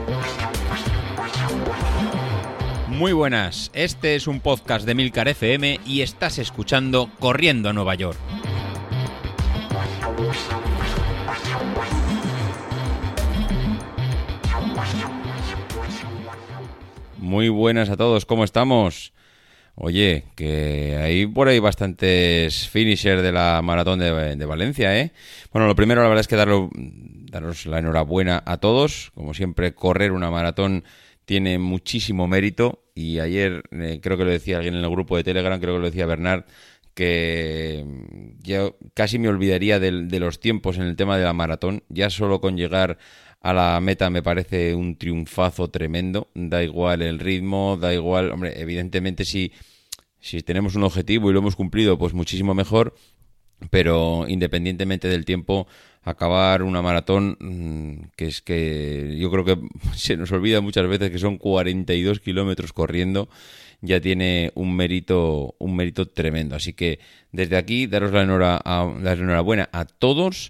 Muy buenas, este es un podcast de Milcar FM y estás escuchando Corriendo a Nueva York. Muy buenas a todos, ¿cómo estamos? Oye, que hay por ahí bastantes finishers de la maratón de Valencia, ¿eh? Bueno, lo primero, la verdad es que daros la enhorabuena a todos. Como siempre, correr una maratón tiene muchísimo mérito. Y ayer, creo que lo decía alguien en el grupo de Telegram, creo que lo decía Bernard, que yo casi me olvidaría de los tiempos en el tema de la maratón. Ya solo con llegar a la meta me parece un triunfazo tremendo. Da igual el ritmo, da igual... Hombre, evidentemente si tenemos un objetivo y lo hemos cumplido, pues muchísimo mejor. Pero independientemente del tiempo, acabar una maratón, que es que yo creo que se nos olvida muchas veces que son 42 kilómetros corriendo, ya tiene un mérito tremendo. Así que desde aquí daros la enhorabuena a todos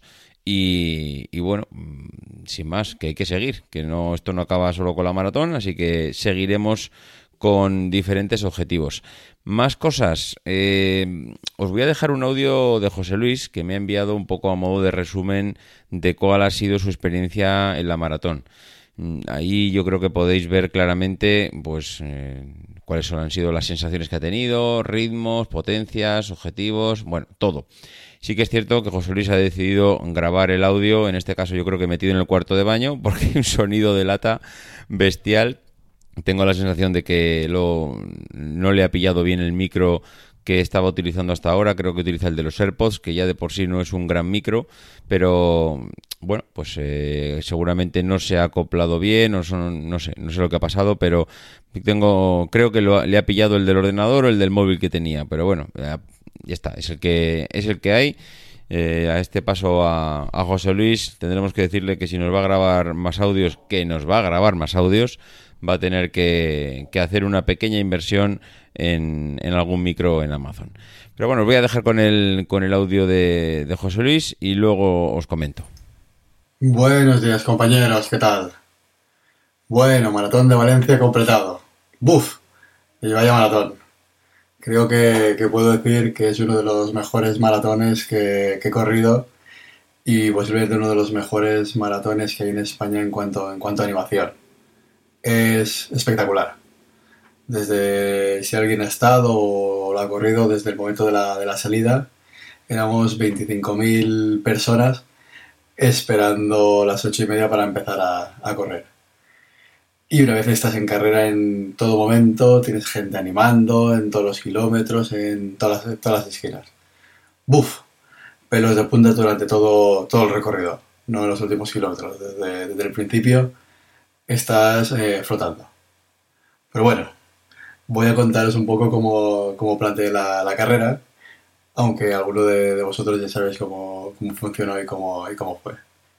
y bueno, sin más, que hay que seguir, que esto no acaba solo con la maratón, así que seguiremos con diferentes objetivos. Más cosas. Os voy a dejar un audio de José Luis que me ha enviado un poco a modo de resumen de cuál ha sido su experiencia en la maratón. Ahí yo creo que podéis ver claramente pues cuáles han sido las sensaciones que ha tenido, ritmos, potencias, objetivos, bueno, todo. Sí que es cierto que José Luis ha decidido grabar el audio, en este caso yo creo que metido en el cuarto de baño, porque hay un sonido de lata bestial. Tengo la sensación de que no le ha pillado bien el micro que estaba utilizando hasta ahora. Creo que utiliza el de los AirPods, que ya de por sí no es un gran micro, pero bueno, pues seguramente no se ha acoplado bien, no sé lo que ha pasado, pero creo que le ha pillado el del ordenador o el del móvil que tenía, pero bueno, ya está, es el que hay. A este paso a José Luis tendremos que decirle que si nos va a grabar más audios, va a tener que hacer una pequeña inversión en algún micro en Amazon. Pero bueno, os voy a dejar con el audio de José Luis y luego os comento. Buenos días, compañeros, ¿qué tal? Bueno, maratón de Valencia completado. ¡Buf! Y vaya maratón. Creo que puedo decir que es uno de los mejores maratones que he corrido y posiblemente uno de los mejores maratones que hay en España en cuanto a animación. Es espectacular. Desde si alguien ha estado o lo ha corrido desde el momento de la salida, éramos 25.000 personas esperando las 8:30 para empezar a correr. Y una vez estás en carrera, en todo momento tienes gente animando en todos los kilómetros, en todas las esquinas. ¡Buf! Pelos de punta durante todo el recorrido, no en los últimos kilómetros. Desde el principio estás flotando. Pero bueno, voy a contaros un poco cómo planteé la carrera, aunque alguno de vosotros ya sabéis cómo funcionó y cómo fue.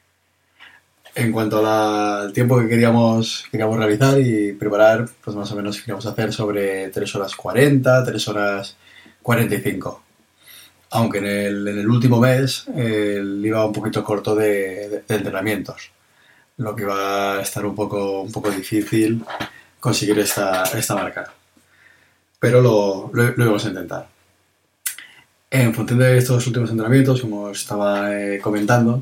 En cuanto al tiempo que queríamos realizar y preparar, pues más o menos queríamos hacer sobre 3 horas 40, 3 horas 45. Aunque en el último mes iba un poquito corto de entrenamientos, lo que iba a estar un poco difícil conseguir esta marca. Pero lo íbamos a intentar. En función de estos últimos entrenamientos, como os estaba comentando,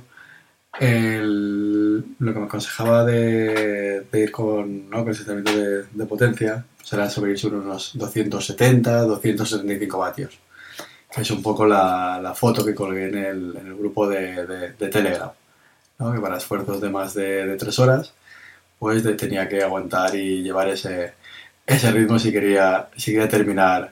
lo que me aconsejaba de ir con ese entrenamiento de potencia será sobre unos 270, 275 vatios, que es un poco la foto que colgué en el grupo de Telegram, ¿no? Que para esfuerzos de más de 3 horas pues tenía que aguantar y llevar ese ritmo si quería terminar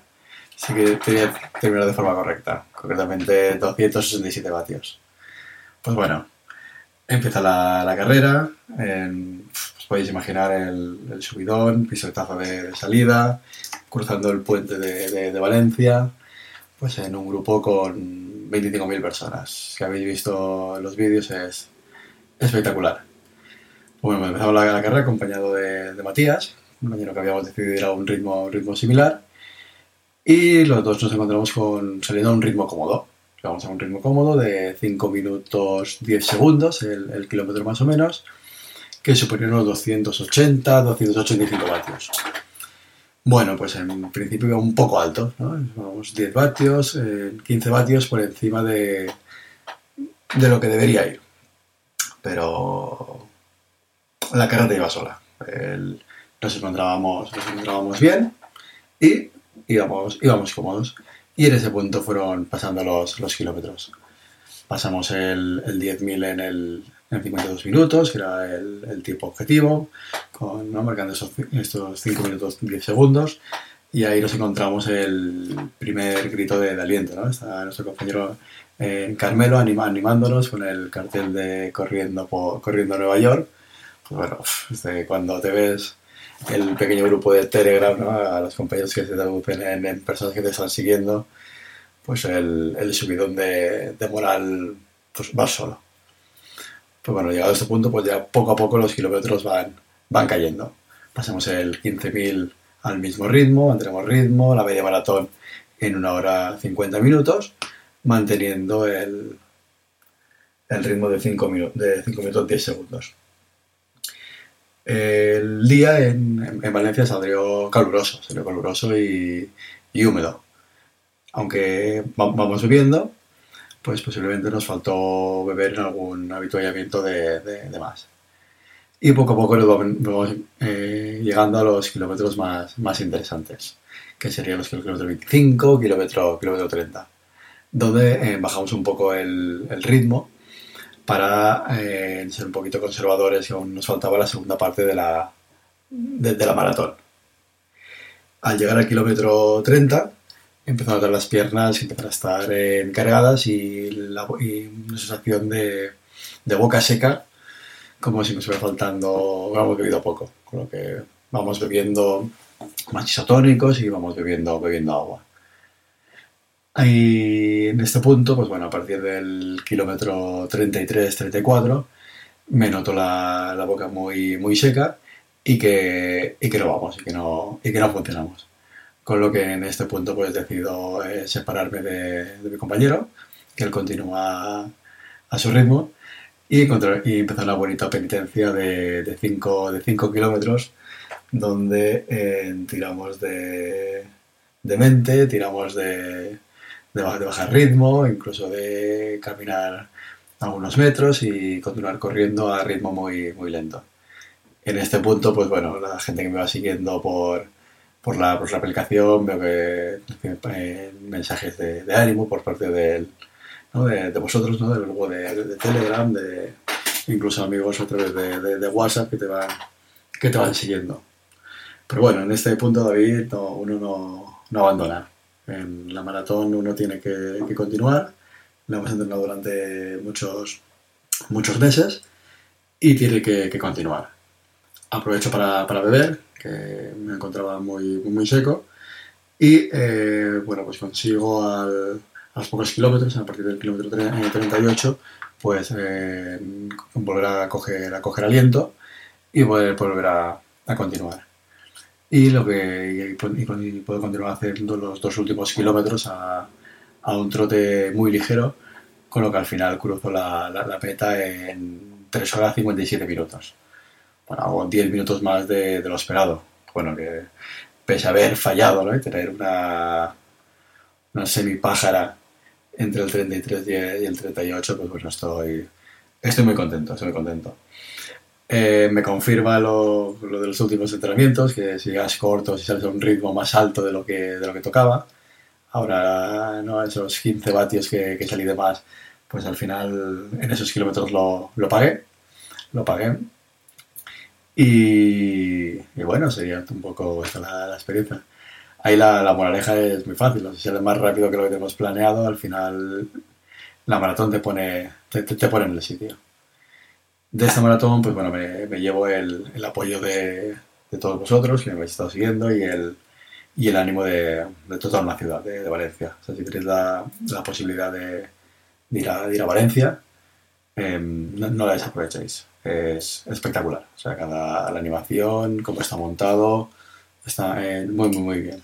de forma correcta, concretamente 267 vatios. Pues bueno, empieza la carrera, os podéis imaginar el subidón, pistoletazo de salida, cruzando el puente de Valencia, pues en un grupo con 25.000 personas. Si habéis visto los vídeos es espectacular. Bueno, empezamos la carrera acompañado de Matías, un compañero que habíamos decidido ir a un ritmo similar, y los dos nos encontramos saliendo a un ritmo cómodo. Vamos a un ritmo cómodo de 5 minutos 10 segundos, el kilómetro más o menos, que suponían unos 280, 285 vatios. Bueno, pues en principio iba un poco alto, ¿no? Vamos 10 vatios, 15 vatios por encima de lo que debería ir. Pero la carreta iba sola. Nos encontrábamos bien y íbamos cómodos. Y en ese punto fueron pasando los kilómetros. Pasamos el 10.000 en 52 minutos, que era el tiempo objetivo, ¿no? Marcando estos 5 minutos 10 segundos. Y ahí nos encontramos el primer grito de aliento, ¿no? Está nuestro compañero Carmelo animándonos con el cartel de corriendo a Nueva York. Pues bueno, cuando te ves el pequeño grupo de Telegram, ¿no? A los compañeros que se traducen en personas que te están siguiendo, pues el subidón de moral pues va solo. Pues bueno, llegado a este punto, pues ya poco a poco los kilómetros van cayendo. Pasamos el 15.000 al mismo ritmo, mantenemos ritmo, la media maratón en 1 hora 50 minutos, manteniendo el ritmo de 5 minutos 10 segundos. El día en Valencia salió caluroso y húmedo. Aunque vamos bebiendo, pues posiblemente nos faltó beber en algún avituallamiento de más. Y poco a poco nos vamos llegando a los kilómetros más interesantes, que serían los kilómetros 25, kilómetro 30, donde bajamos un poco el ritmo para ser un poquito conservadores, que aún nos faltaba la segunda parte de la maratón. Al llegar al kilómetro 30, empezó a notar las piernas, empezaron a estar cargadas y una sensación de boca seca, como si me estuviera faltando, hemos bebido poco, con lo que vamos bebiendo más isotónicos y vamos bebiendo agua. Y en este punto, pues bueno, a partir del kilómetro 33-34, me noto la boca muy seca y que no vamos, y que no funcionamos. Con lo que en este punto pues decido separarme de mi compañero, que él continúa a su ritmo, y empezar una bonita penitencia de 5 kilómetros, donde tiramos de mente, tiramos de bajar ritmo, incluso de caminar algunos metros y continuar corriendo a ritmo muy lento. En este punto, pues bueno, la gente que me va siguiendo por la aplicación, veo que mensajes de ánimo por parte ¿no? de vosotros, ¿no? Del grupo de Telegram, incluso amigos a través de WhatsApp que te van siguiendo. Pero bueno, en este punto, David, uno no abandona. En la maratón uno tiene que continuar. La hemos entrenado durante muchos meses y tiene que continuar. Aprovecho para beber, que me encontraba muy seco, y bueno, pues consigo a los pocos kilómetros, a partir del kilómetro 38, pues volver a coger aliento y poder volver a continuar. Y puedo continuar haciendo los 2 últimos kilómetros a un trote muy ligero, con lo que al final cruzo la meta en 3 horas 57 minutos. Bueno, hago 10 minutos más de lo esperado. Bueno, que pese a haber fallado, ¿no? Y tener una semipájara entre el 33 y el 38, pues bueno, estoy muy contento, me confirma lo de los últimos entrenamientos, que si llegas corto, si sales a un ritmo más alto de lo que tocaba. Ahora, ¿no? Esos 15 vatios que salí de más, pues al final en esos kilómetros lo pagué. Y bueno, sería un poco esta la experiencia. Ahí la moraleja es muy fácil, ¿no? Si sales más rápido que lo que tenemos planeado, al final la maratón te pone en el sitio. De esta maratón, pues bueno, me llevo el apoyo de todos vosotros que me habéis estado siguiendo y el ánimo de toda la ciudad de Valencia. O sea, si tenéis la posibilidad de ir a Valencia, no la desaprovechéis. Es espectacular. O sea, la animación, cómo está montado, está muy bien.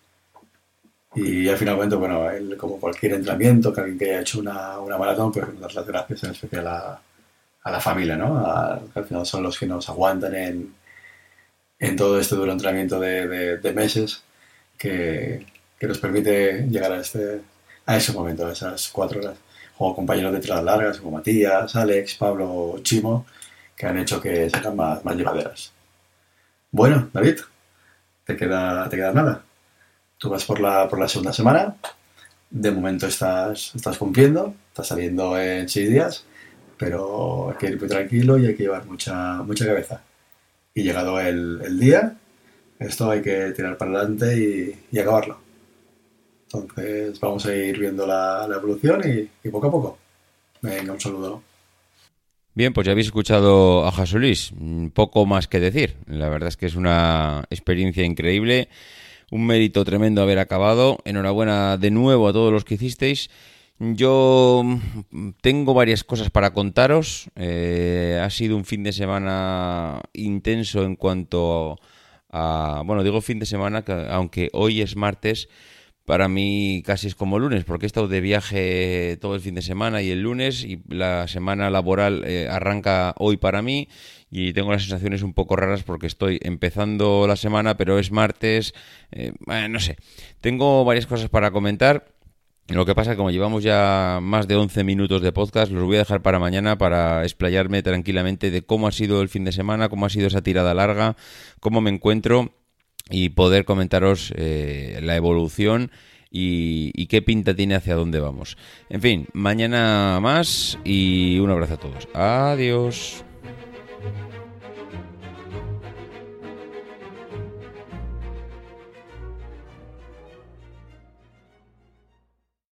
Y al finalmente, bueno, como cualquier entrenamiento, que alguien que haya hecho una maratón, pues dar las gracias en especial a a la familia, ¿no? Que al final son los que nos aguantan en todo este duro entrenamiento de meses que nos permite llegar a ese momento, a esas 4 horas. Juego compañeros de tiradas largas como Matías, Alex, Pablo, Chimo, que han hecho que sean más llevaderas. Bueno, David, te queda nada. Tú vas por la segunda semana. De momento estás cumpliendo, estás saliendo en 6 días, pero hay que ir muy tranquilo y hay que llevar mucha cabeza. Y llegado el día, esto hay que tirar para adelante y acabarlo. Entonces vamos a ir viendo la evolución y poco a poco. Venga, un saludo. Bien, pues ya habéis escuchado a Jesús Luis, poco más que decir. La verdad es que es una experiencia increíble, un mérito tremendo haber acabado. Enhorabuena de nuevo a todos los que hicisteis. Yo tengo varias cosas para contaros. Ha sido un fin de semana intenso en cuanto bueno, digo fin de semana, aunque hoy es martes. Para mí casi es como lunes, porque he estado de viaje todo el fin de semana y el lunes, y la semana laboral arranca hoy para mí, y tengo las sensaciones un poco raras porque estoy empezando la semana, pero es martes, no sé. Tengo varias cosas para comentar. Lo que pasa es que como llevamos ya más de 11 minutos de podcast, los voy a dejar para mañana para explayarme tranquilamente de cómo ha sido el fin de semana, cómo ha sido esa tirada larga, cómo me encuentro, y poder comentaros la evolución y qué pinta tiene, hacia dónde vamos. En fin, mañana más y un abrazo a todos. Adiós.